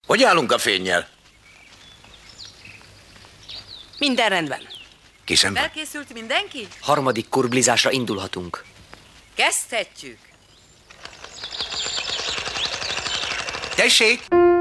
Hogy állunk a fénnyel? Minden rendben. Készen van? Felkészült mindenki? Harmadik kurblizásra indulhatunk. Kezdhetjük. Tessék!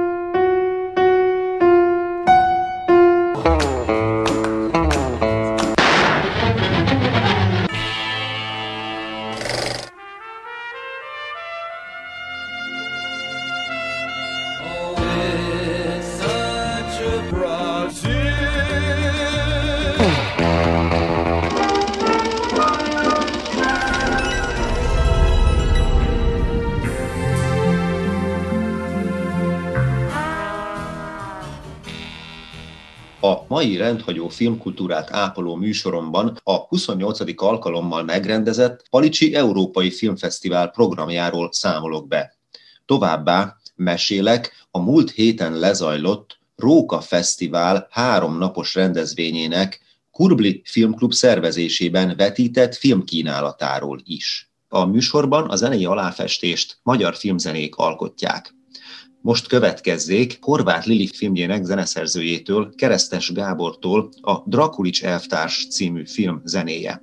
A mai rendhagyó filmkultúrát ápoló műsoromban a 28. alkalommal megrendezett Palicsi Európai Filmfesztivál programjáról számolok be. Továbbá mesélek a múlt héten lezajlott Róka Fesztivál 3 napos rendezvényének Kurbli Filmklub szervezésében vetített filmkínálatáról is. A műsorban a zenei aláfestést magyar filmzenék alkotják. Most következzék Horváth Lili filmjének zeneszerzőjétől, Keresztes Gábortól a Drakulics elvtárs című film zenéje.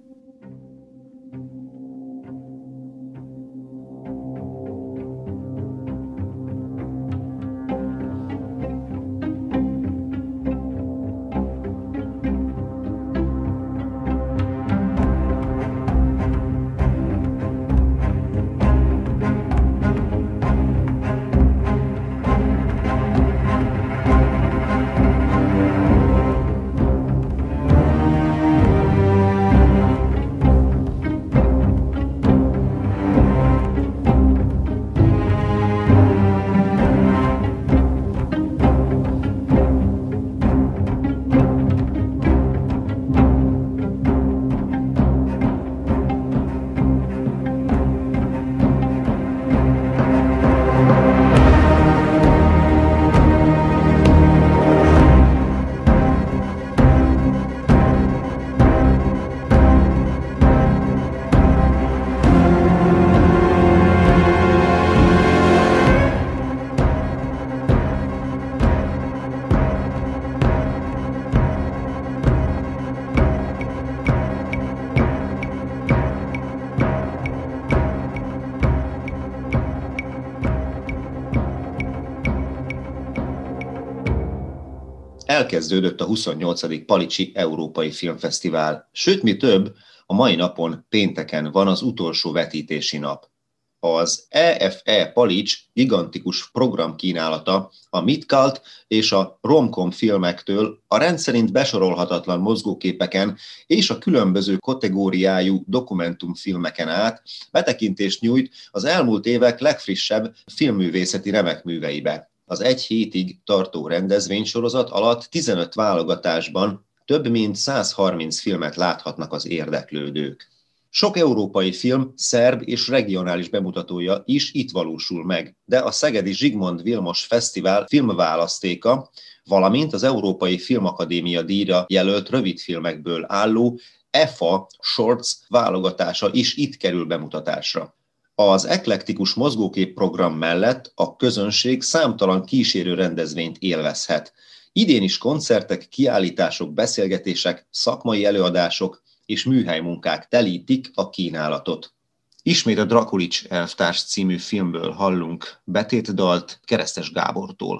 Elkezdődött a 28. Palicsi Európai Filmfesztivál, sőt mi több, a mai napon, pénteken van az utolsó vetítési nap. Az EFE Palics gigantikus programkínálata a Midcult és a Romcom filmektől a rendszerint besorolhatatlan mozgóképeken és a különböző kategóriájú dokumentumfilmeken át betekintést nyújt az elmúlt évek legfrissebb filmművészeti remekműveibe. Az 1 hétig tartó rendezvénysorozat alatt 15 válogatásban több mint 130 filmet láthatnak az érdeklődők. Sok európai film szerb és regionális bemutatója is itt valósul meg, de a szegedi Zsigmond Vilmos Fesztivál filmválasztéka, valamint az Európai Filmakadémia díjra jelölt rövidfilmekből álló EFA Shorts válogatása is itt kerül bemutatásra. Az eklektikus mozgókép program mellett a közönség számtalan kísérő rendezvényt élvezhet. Idén is koncertek, kiállítások, beszélgetések, szakmai előadások és műhelymunkák telítik a kínálatot. Ismét a Drakulics elvtárs című filmből hallunk betétdalt Keresztes Gábortól.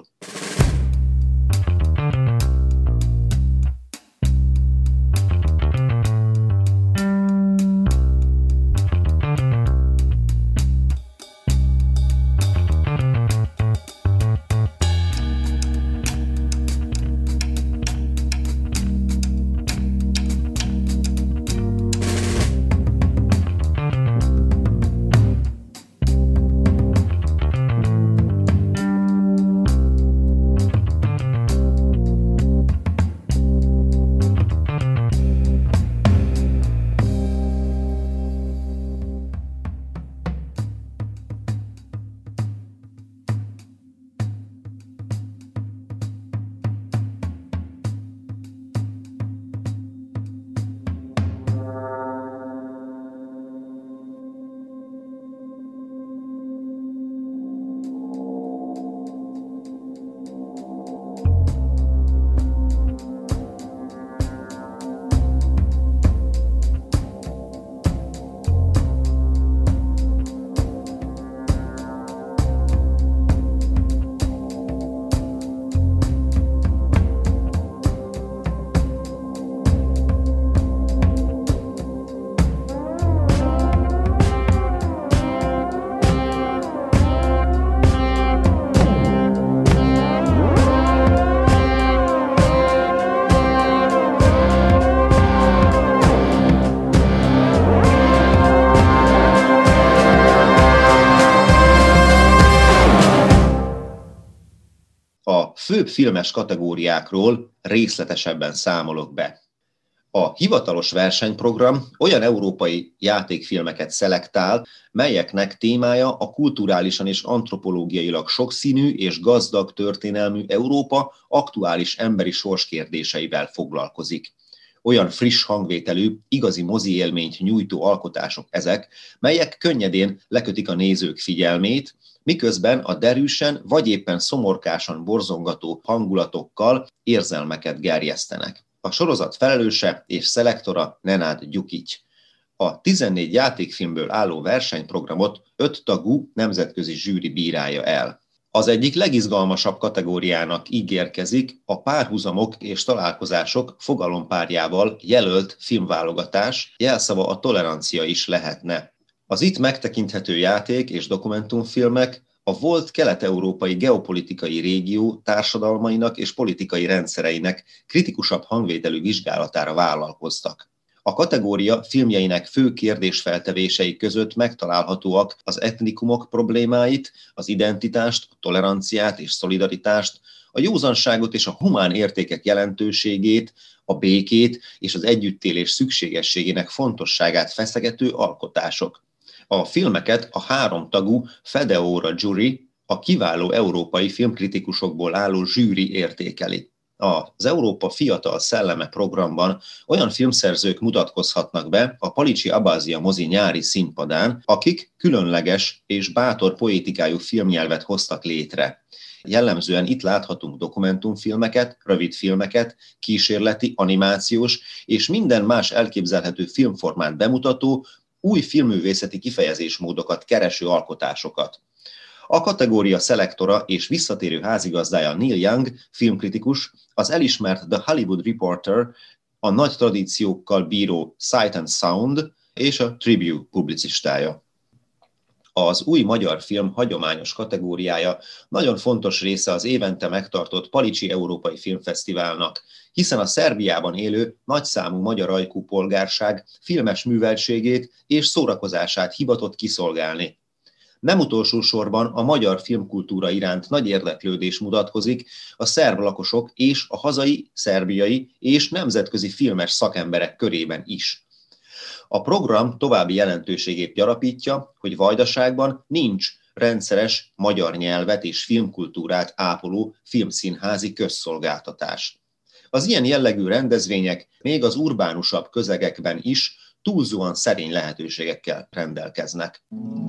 A főbb filmes kategóriákról részletesebben számolok be. A hivatalos versenyprogram olyan európai játékfilmeket szelektál, melyeknek témája a kulturálisan és antropológiailag sokszínű és gazdag történelmű Európa aktuális emberi sorskérdéseivel foglalkozik. Olyan friss hangvételű, igazi mozi élményt nyújtó alkotások ezek, melyek könnyedén lekötik a nézők figyelmét, miközben a derűsen vagy éppen szomorkásan borzongató hangulatokkal érzelmeket gerjesztenek. A sorozat felelőse és szelektora Nenad Gyukic. A 14 játékfilmből álló versenyprogramot 5 tagú nemzetközi zsűri bírálja el. Az egyik legizgalmasabb kategóriának ígérkezik a párhuzamok és találkozások fogalompárjával jelölt filmválogatás, jelszava a tolerancia is lehetne. Az itt megtekinthető játék és dokumentumfilmek a volt kelet-európai geopolitikai régió társadalmainak és politikai rendszereinek kritikusabb hangvételű vizsgálatára vállalkoztak. A kategória filmjeinek fő kérdésfeltevései között megtalálhatóak az etnikumok problémáit, az identitást, a toleranciát és szolidaritást, a józanságot és a humán értékek jelentőségét, a békét és az együttélés szükségességének fontosságát feszegető alkotások. A filmeket a 3 tagú Fedeora Jury, a kiváló európai filmkritikusokból álló zsűri értékeli. Az Európa Fiatal Szelleme programban olyan filmszerzők mutatkozhatnak be a Palicsi Abázia mozi nyári színpadán, akik különleges és bátor poétikájú filmnyelvet hoztak létre. Jellemzően itt láthatunk dokumentumfilmeket, rövidfilmeket, kísérleti, animációs és minden más elképzelhető filmformát bemutató, új filmművészeti kifejezésmódokat kereső alkotásokat. A kategória szelektora és visszatérő házigazdája Neil Young, filmkritikus, az elismert The Hollywood Reporter, a nagy tradíciókkal bíró Sight and Sound és a Tribune publicistája. Az új magyar film hagyományos kategóriája nagyon fontos része az évente megtartott Palicsi Európai Filmfesztiválnak, hiszen a Szerbiában élő nagyszámú magyar ajkú polgárság filmes műveltségét és szórakozását hivatott kiszolgálni. Nem utolsó sorban a magyar filmkultúra iránt nagy érdeklődés mutatkozik a szerb lakosok és a hazai, szerbiai és nemzetközi filmes szakemberek körében is. A program további jelentőségét gyarapítja, hogy Vajdaságban nincs rendszeres magyar nyelvet és filmkultúrát ápoló filmszínházi közszolgáltatás. Az ilyen jellegű rendezvények még az urbánusabb közegekben is túlzóan szerény lehetőségekkel rendelkeznek.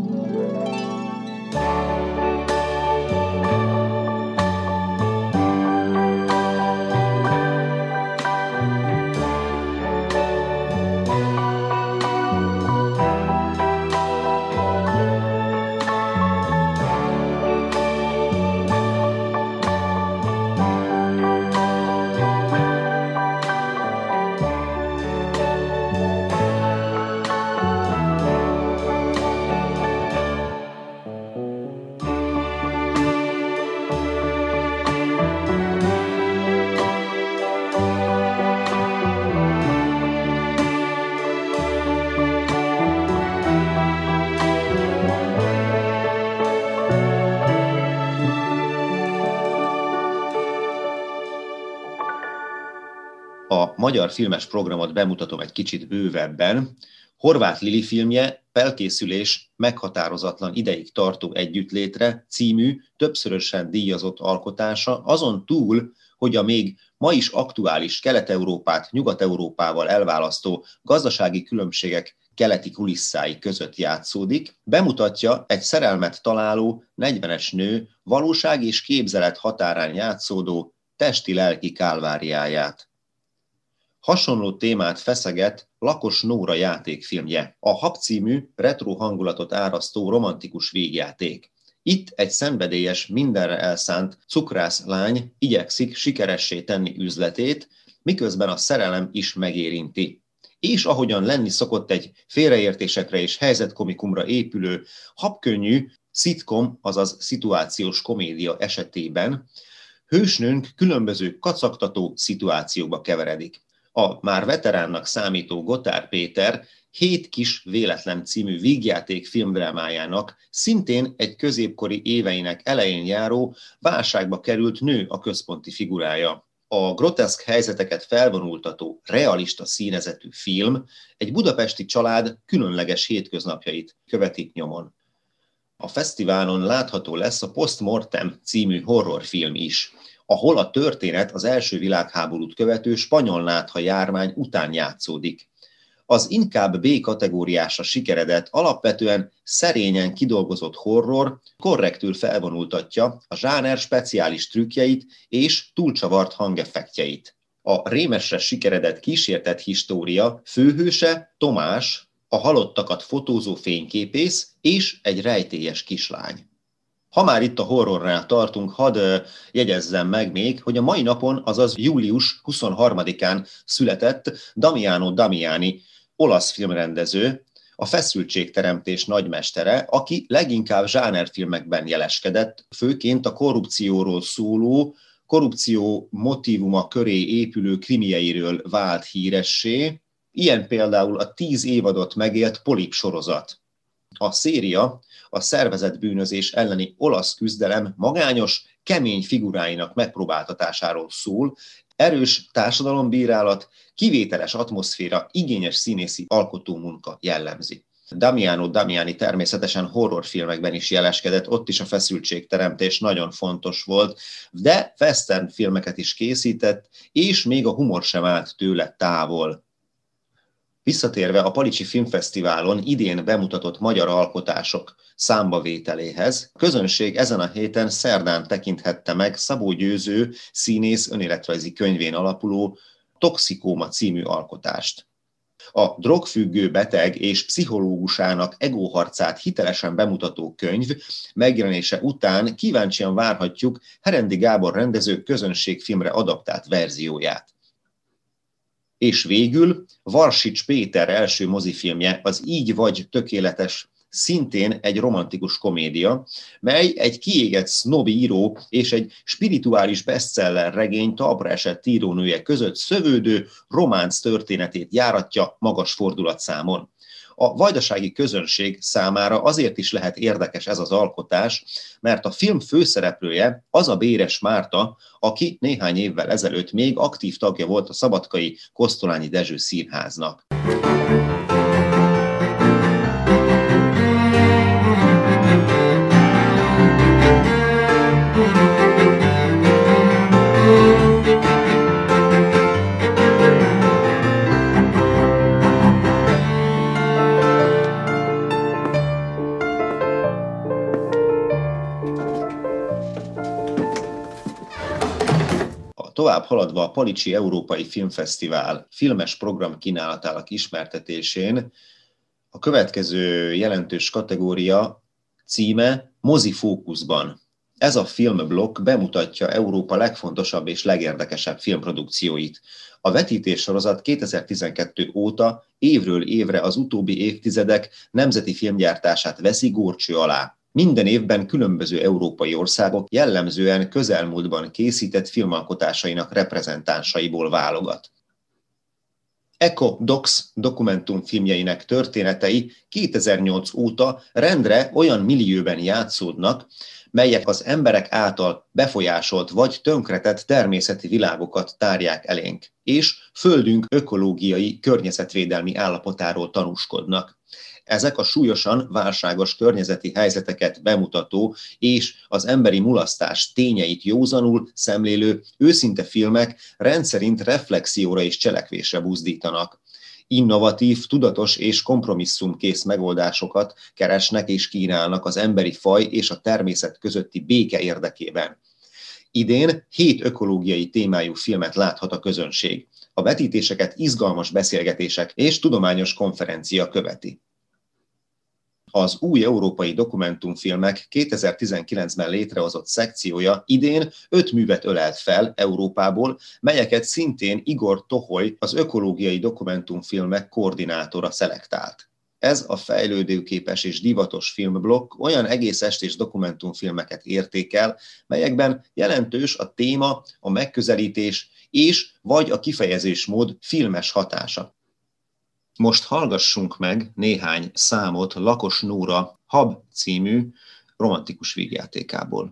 A magyar filmes programot bemutatom egy kicsit bővebben. Horváth Lili filmje Felkészülés meghatározatlan ideig tartó együttlétre című, többszörösen díjazott alkotása, azon túl, hogy a még ma is aktuális Kelet-Európát Nyugat-Európával elválasztó gazdasági különbségek keleti kulisszái között játszódik, bemutatja egy szerelmet találó 40-es nő valóság és képzelet határán játszódó testi-lelki kálváriáját. Hasonló témát feszeget Lakos Nóra játékfilmje, a Hab című retro hangulatot árasztó romantikus vígjáték. Itt egy szenvedélyes, mindenre elszánt cukrász lány igyekszik sikeressé tenni üzletét, miközben a szerelem is megérinti. És ahogyan lenni szokott egy félreértésekre és helyzetkomikumra épülő, habkönnyű szitkom, azaz szituációs komédia esetében, hősnőnk különböző kacagtató szituációkba keveredik. A már veteránnak számító Gotthárd Péter Hét kis véletlen című vígjáték filmdrámájának szintén egy középkori éveinek elején járó, válságba került nő a központi figurája. A groteszk helyzeteket felvonultató, realista színezetű film egy budapesti család különleges hétköznapjait követi nyomon. A fesztiválon látható lesz a Postmortem című horrorfilm is, ahol a történet az első világháborút követő spanyol nátha járvány után játszódik. Az inkább B kategóriásra sikeredett, alapvetően szerényen kidolgozott horror korrektül felvonultatja a zsáner speciális trükkjeit és túlcsavart hangeffektjeit. A rémesre sikeredett kísértett história főhőse Tomás, a halottakat fotózó fényképész és egy rejtélyes kislány. Ha már itt a horrornál tartunk, hadd jegyezzem meg még, hogy a mai napon, azaz július 23-án született Damiano Damiani, olasz filmrendező, a feszültségteremtés nagymestere, aki leginkább zsánerfilmekben jeleskedett, főként a korrupcióról szóló, korrupció motívuma köré épülő krimieiről vált híressé, ilyen például a 10 évadot megélt Polip sorozat. A széria a szervezett bűnözés elleni olasz küzdelem magányos, kemény figuráinak megpróbáltatásáról szól, erős társadalombírálat, kivételes atmoszféra, igényes színészi alkotómunka jellemzi. Damiano Damiani természetesen horrorfilmekben is jeleskedett, ott is a feszültségteremtés nagyon fontos volt, de western filmeket is készített, és még a humor sem állt tőle távol. Visszatérve a Palicsi Filmfesztiválon idén bemutatott magyar alkotások számbavételéhez, a közönség ezen a héten szerdán tekinthette meg Szabó Győző színész önéletrajzi könyvén alapuló Toxikóma című alkotást. A drogfüggő beteg és pszichológusának egóharcát hitelesen bemutató könyv megjelenése után kíváncsian várhatjuk Herendi Gábor rendező közönségfilmre adaptált verzióját. És végül Varsics Péter első mozifilmje, az Így vagy tökéletes, szintén egy romantikus komédia, mely egy kiégett sznob író és egy spirituális bestseller regény talpra esett írónője között szövődő románc történetét járatja magas fordulatszámon. A vajdasági közönség számára azért is lehet érdekes ez az alkotás, mert a film főszereplője az a Béres Márta, aki néhány évvel ezelőtt még aktív tagja volt a szabadkai Kosztolányi Dezső Színháznak. Tovább haladva a Palicsi Európai Filmfesztivál filmes program kínálatának ismertetésén, a következő jelentős kategória címe Mozi fókuszban. Ez a filmblokk bemutatja Európa legfontosabb és legérdekesebb filmprodukcióit. A vetítéssorozat 2012 óta évről évre az utóbbi évtizedek nemzeti filmgyártását veszi górcső alá. Minden évben különböző európai országok jellemzően közelmúltban készített filmalkotásainak reprezentánsaiból válogat. Eco Docs dokumentumfilmjeinek történetei 2008 óta rendre olyan millióben játszódnak, melyek az emberek által befolyásolt vagy tönkretett természeti világokat tárják elénk, és földünk ökológiai, környezetvédelmi állapotáról tanúskodnak. Ezek a súlyosan válságos környezeti helyzeteket bemutató és az emberi mulasztás tényeit józanul szemlélő őszinte filmek rendszerint reflexióra és cselekvésre buzdítanak. Innovatív, tudatos és kompromisszumkész megoldásokat keresnek és kínálnak az emberi faj és a természet közötti béke érdekében. Idén 7 ökológiai témájú filmet láthat a közönség. A vetítéseket izgalmas beszélgetések és tudományos konferencia követi. Az új európai dokumentumfilmek 2019-ben létrehozott szekciója idén 5 művet ölelt fel Európából, melyeket szintén Igor Toholy, az ökológiai dokumentumfilmek koordinátora szelektált. Ez a fejlődőképes és divatos filmblokk olyan egész estés dokumentumfilmeket értékel, melyekben jelentős a téma, a megközelítés és vagy a kifejezésmód filmes hatása. Most hallgassunk meg néhány számot Lakos Nóra Hab című romantikus vígjátékából.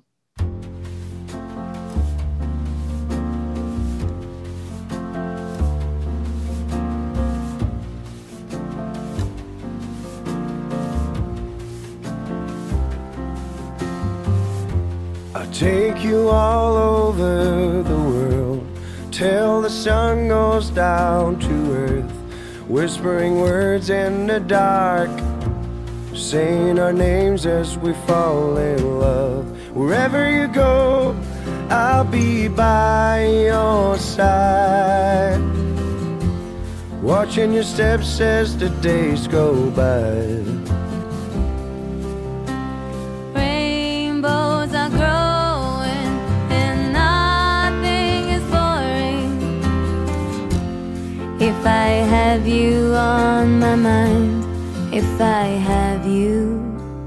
Take you all over the world till the sun goes down to earth, whispering words in the dark, saying our names as we fall in love. Wherever you go, I'll be by your side, watching your steps as the days go by. Rainbows are growing and nothing is boring if I have you on my mind, if I have you.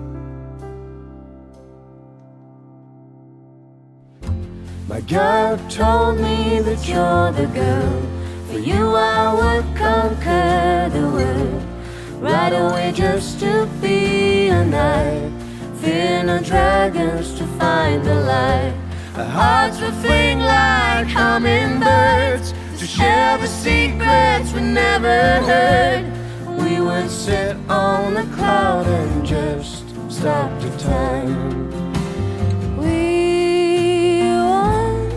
My gut told me that you're the girl. For you I would conquer the world, right away just to be a knight, fear no dragons to find the light. Our hearts will fling like hummingbirds to share the secrets we never heard. We would Sit on a cloud and just stop the time. We won't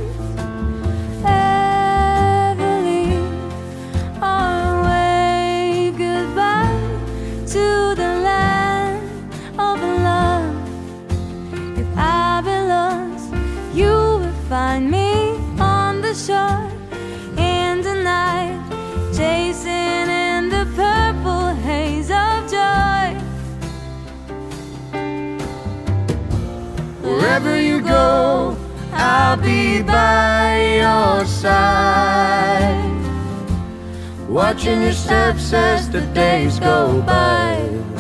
ever leave our way goodbye to the land of love. If I be lost, you will find me on the shore in the night, chasing in the purple haze of joy. Wherever you go, I'll be by your side, watching your steps as the days go by.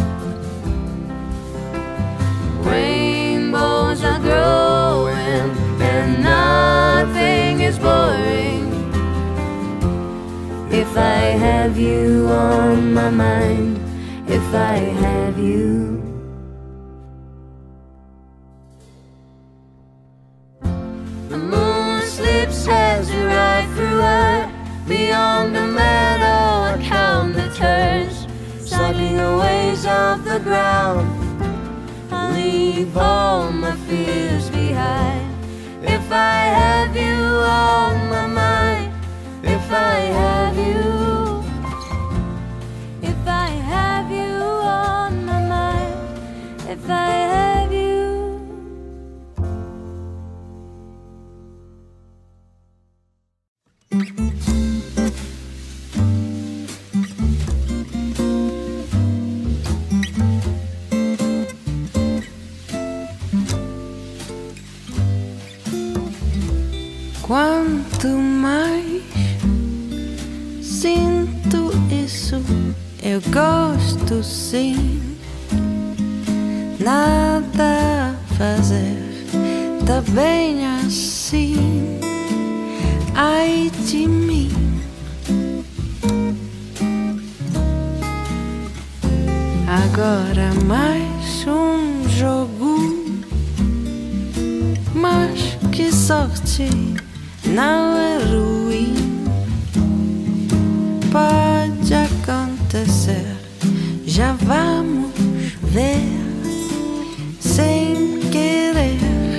Rainbows are growing and nothing is boring if I have you on my mind, if I have you. The moon slips as we ride through her. Beyond the meadow I count the turns, cycling the ways of the ground. I leave all my fears behind if I have you on my mind, if I have you, if I have you on my mind, if I have you. Quanto mais sinto isso, eu gosto sim. Nada a fazer, tá bem assim. Ai de mim, agora mais um jogo, mas que sorte. Não é ruim, pode acontecer, já vamos ver, sem querer.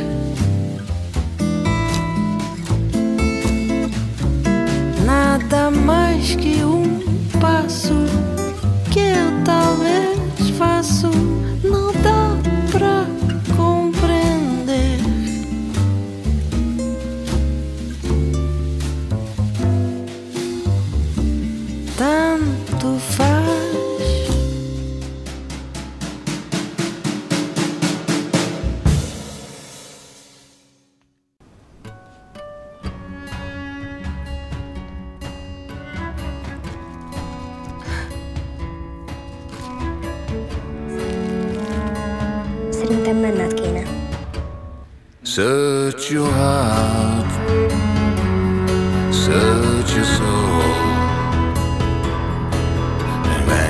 Nada mais que um passo que eu talvez faço, não dá pra compreender. Tanto faz. Szerintem menned kéne. Search your heart, search your soul, and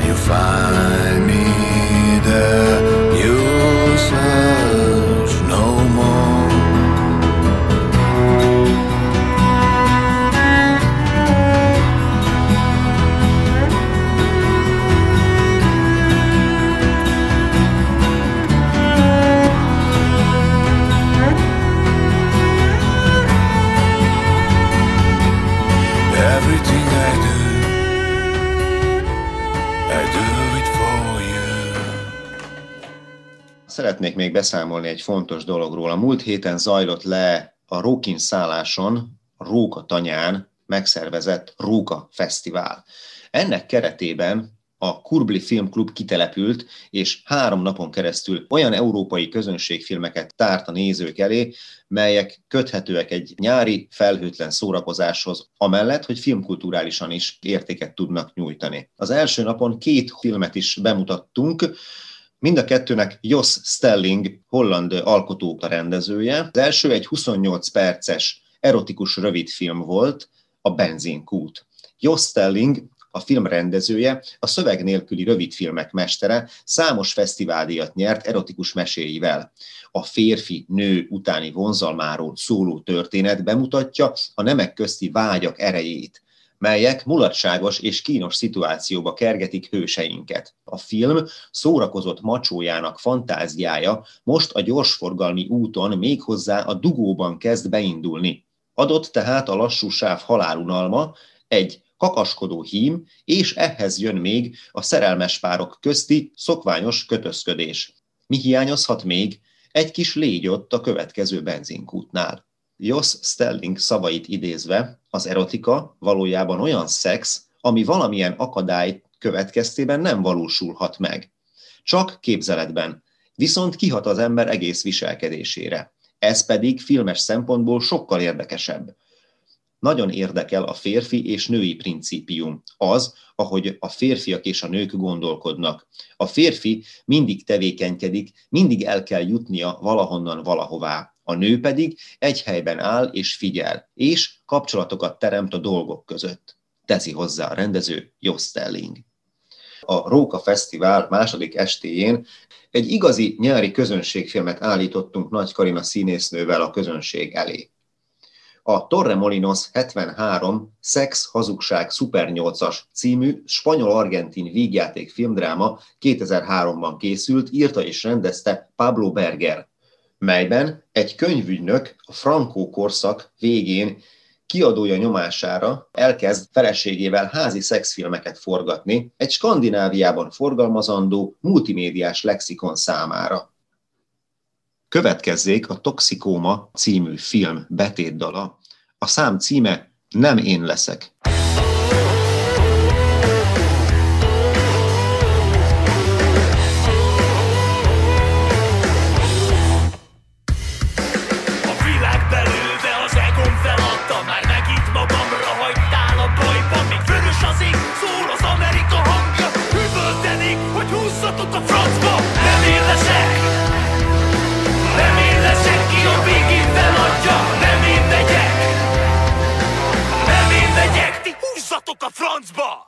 Everything I do it for you. Szeretnék még beszámolni egy fontos dologról. A múlt héten zajlott le a Rókin szálláson, a Róka tanyán megszervezett Róka Fesztivál. Ennek keretében a Kurbli Filmklub kitelepült, és 3 napon keresztül olyan európai közönségfilmeket tárt a nézők elé, melyek köthetőek egy nyári, felhőtlen szórakozáshoz, amellett, hogy filmkulturálisan is értéket tudnak nyújtani. Az első napon 2 filmet is bemutattunk, mind a kettőnek Jos Stelling, holland alkotó a rendezője. Az első egy 28 perces erotikus rövidfilm volt, a Benzinkút. Jos Stelling, a film rendezője, a szöveg nélküli rövidfilmek mestere, számos fesztiváldíjat nyert erotikus meséivel. A férfi-nő utáni vonzalmáról szóló történet bemutatja a nemek közti vágyak erejét, melyek mulatságos és kínos szituációba kergetik hőseinket. A film szórakozott macsójának fantáziája most a gyorsforgalmi úton méghozzá a dugóban kezd beindulni. Adott tehát a lassú sáv halálunalma, egy kakaskodó hím, és ehhez jön még a szerelmes párok közti szokványos kötözködés. Mi hiányozhat még? Egy kis légy ott a következő benzinkútnál. Jos Stelling szavait idézve, az erotika valójában olyan szex, ami valamilyen akadály következtében nem valósulhat meg. Csak képzeletben, viszont kihat az ember egész viselkedésére. Ez pedig filmes szempontból sokkal érdekesebb. Nagyon érdekel a férfi és női principium, az, ahogy a férfiak és a nők gondolkodnak. A férfi mindig tevékenykedik, mindig el kell jutnia valahonnan valahová. A nő pedig egy helyben áll és figyel, és kapcsolatokat teremt a dolgok között. Teszi hozzá a rendező Jos Stelling. A Róka Fesztivál második estéjén egy igazi nyári közönségfilmet állítottunk Nagy Karina színésznővel a közönség elé. A Torremolinos 73 Szex, hazugság, Super 8-as című spanyol-argentin vígjáték filmdráma 2003-ban készült, írta és rendezte Pablo Berger, melyben egy könyvügynök a Franco korszak végén kiadója nyomására elkezd feleségével házi szexfilmeket forgatni egy Skandináviában forgalmazandó multimédiás lexikon számára. Következzék a Toxikóma című film betétdala. A szám címe Nem én leszek. A francba!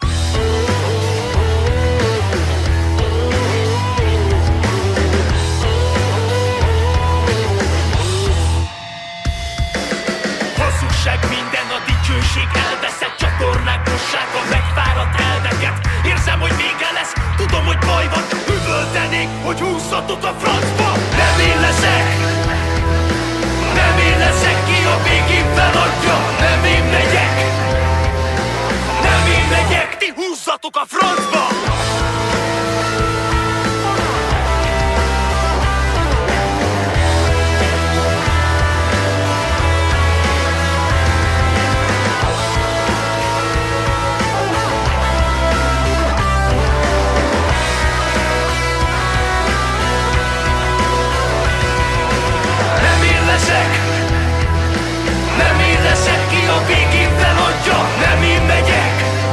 Hazugság minden, a dicsőség elveszett, csatornák mossák a megfáradt elveket. Érzem, hogy vége lesz, tudom, hogy baj van, üvöltenék, hogy húzzatok a francba! Nem én leszek! Nem én leszek, ki a végén feladja! Nem én megyek! Megyek, ti húzzatok a francba! Nem én leszek! Nem én leszek, ki a végén feladja! Nem én megyek!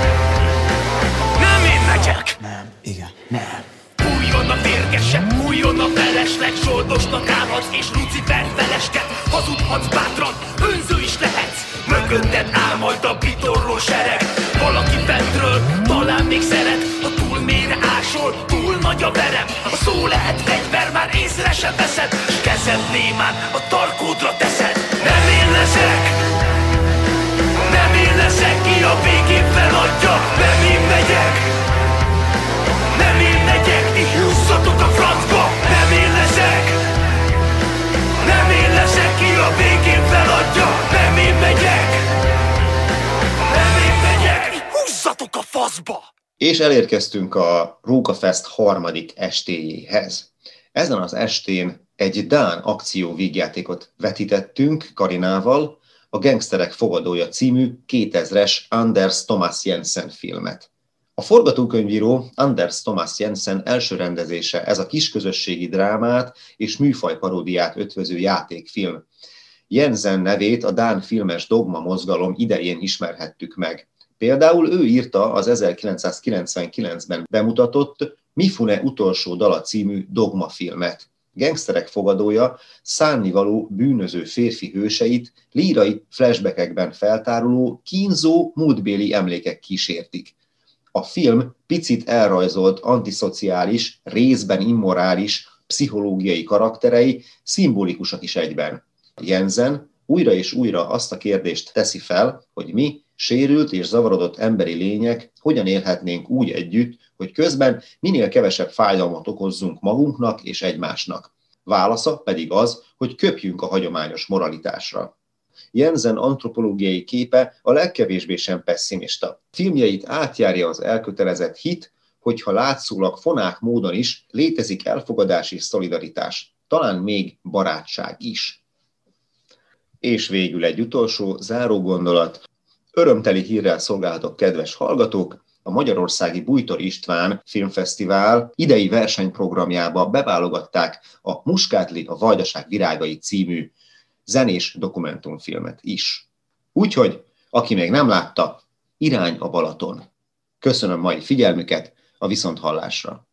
Nem, igen, nem. Újjon a férgesek, újjon a felesleg, soldosnak állhatsz és Lucifer felesket. Hazudhatsz bátran, önző is lehetsz, mögötted áll majd a bitorló sereg. Valaki fentről, talán még szeret, ha túl mélyre ásol, túl nagy a verem. A szó lehet fegyver, már észre sem veszed, s kezed némán a tarkódra teszed. Nem én leszek! Nem én leszek, ki a végén feladja, nem én megyek! Nem én megyek, ti húzzatok a francba! Nem én leszek! Nem én leszek, ki a végén feladja! Nem én megyek! Nem én faszba! És elérkeztünk a Rókafest harmadik estéjéhez. Ezen az estén egy dán akcióvígjátékot vetítettünk Karinával, a Gangsterek fogadója című 2000-es Anders Thomas Jensen filmet. A forgatókönyvíró Anders Thomas Jensen első rendezése ez a kisközösségi drámát és műfajparódiát ötvöző játékfilm. Jensen nevét a dán filmes dogma mozgalom idején ismerhettük meg. Például ő írta az 1999-ben bemutatott Mifune utolsó dala című dogma filmet. Gangsterek fogadója szánnivaló bűnöző férfi hőseit lírai flashbackekben feltáruló, kínzó múltbéli emlékek kísértik. A film picit elrajzolt antiszociális, részben immorális, pszichológiai karakterei szimbolikusak is egyben. Jensen újra és újra azt a kérdést teszi fel, hogy mi, sérült és zavarodott emberi lények hogyan élhetnénk úgy együtt, hogy közben minél kevesebb fájdalmat okozzunk magunknak és egymásnak. Válasza pedig az, hogy köpjünk a hagyományos moralitásra. Jensen antropológiai képe a legkevésbé sem pesszimista. Filmjeit átjárja az elkötelezett hit, hogyha látszólag fonák módon is létezik elfogadás és szolidaritás, talán még barátság is. És végül egy utolsó záró gondolat. Örömteli hírrel szolgálhatok, kedves hallgatók! A Magyarországi Bújtor István Filmfesztivál idei versenyprogramjába beválogatták a Muskátli, a Vajdaság virágai című zenés dokumentumfilmet is. Úgyhogy, aki még nem látta, irány a Balaton. Köszönöm mai figyelmüket, a viszonthallásra!